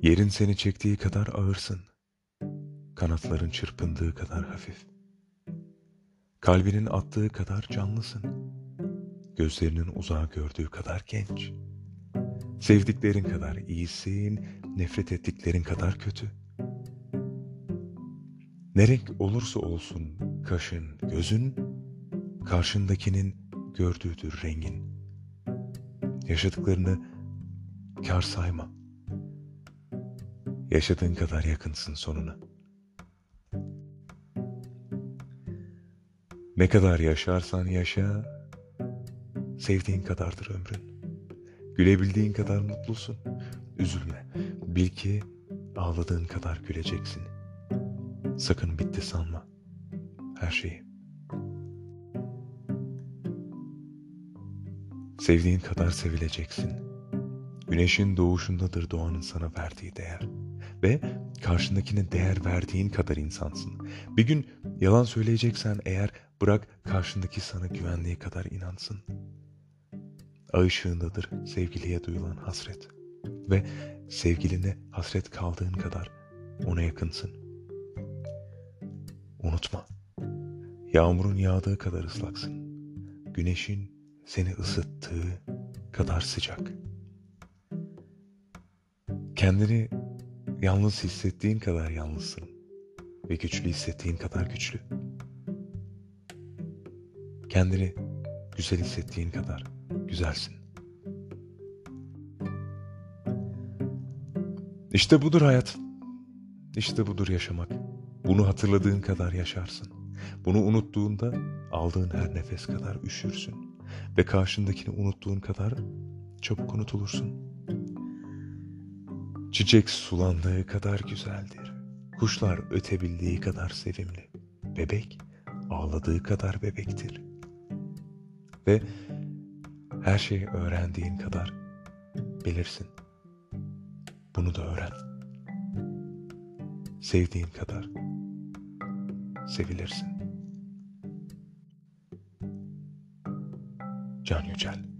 Yerin seni çektiği kadar ağırsın, kanatların çırpındığı kadar hafif. Kalbinin attığı kadar canlısın, gözlerinin uzağı gördüğü kadar genç. Sevdiklerin kadar iyisin, nefret ettiklerin kadar kötü. Ne renk olursa olsun kaşın, gözün, karşındakinin gördüğüdür rengin. Yaşadıklarını kâr sayma. Yaşadığın kadar yakınsın sonuna. Ne kadar yaşarsan yaşa, sevdiğin kadardır ömrün. Gülebildiğin kadar mutlusun. Üzülme. Bil ki ağladığın kadar güleceksin. Sakın bitti sanma her şeyi. Sevdiğin kadar sevileceksin. Güneşin doğuşundadır doğanın sana verdiği değer. Ve karşındakine değer verdiğin kadar insansın. Bir gün yalan söyleyeceksen eğer bırak karşındaki sana güvendiği kadar inansın. Ay ışığındadır sevgiliye duyulan hasret. Ve sevgiline hasret kaldığın kadar ona yakınsın. Unutma, yağmurun yağdığı kadar ıslaksın. Güneşin seni ısıttığı kadar sıcak. Kendini yalnız hissettiğin kadar yalnızsın ve güçlü hissettiğin kadar güçlü. Kendini güzel hissettiğin kadar güzelsin. İşte budur hayat. İşte budur yaşamak. Bunu hatırladığın kadar yaşarsın. Bunu unuttuğunda aldığın her nefes kadar üşürsün. Ve karşındakini unuttuğun kadar çabuk unutulursun. Çiçek sulandığı kadar güzeldir. Kuşlar ötebildiği kadar sevimli. Bebek ağladığı kadar bebektir. Ve her şeyi öğrendiğin kadar bilirsin. Bunu da öğren. Sevdiğin kadar sevilirsin. Can Yücel.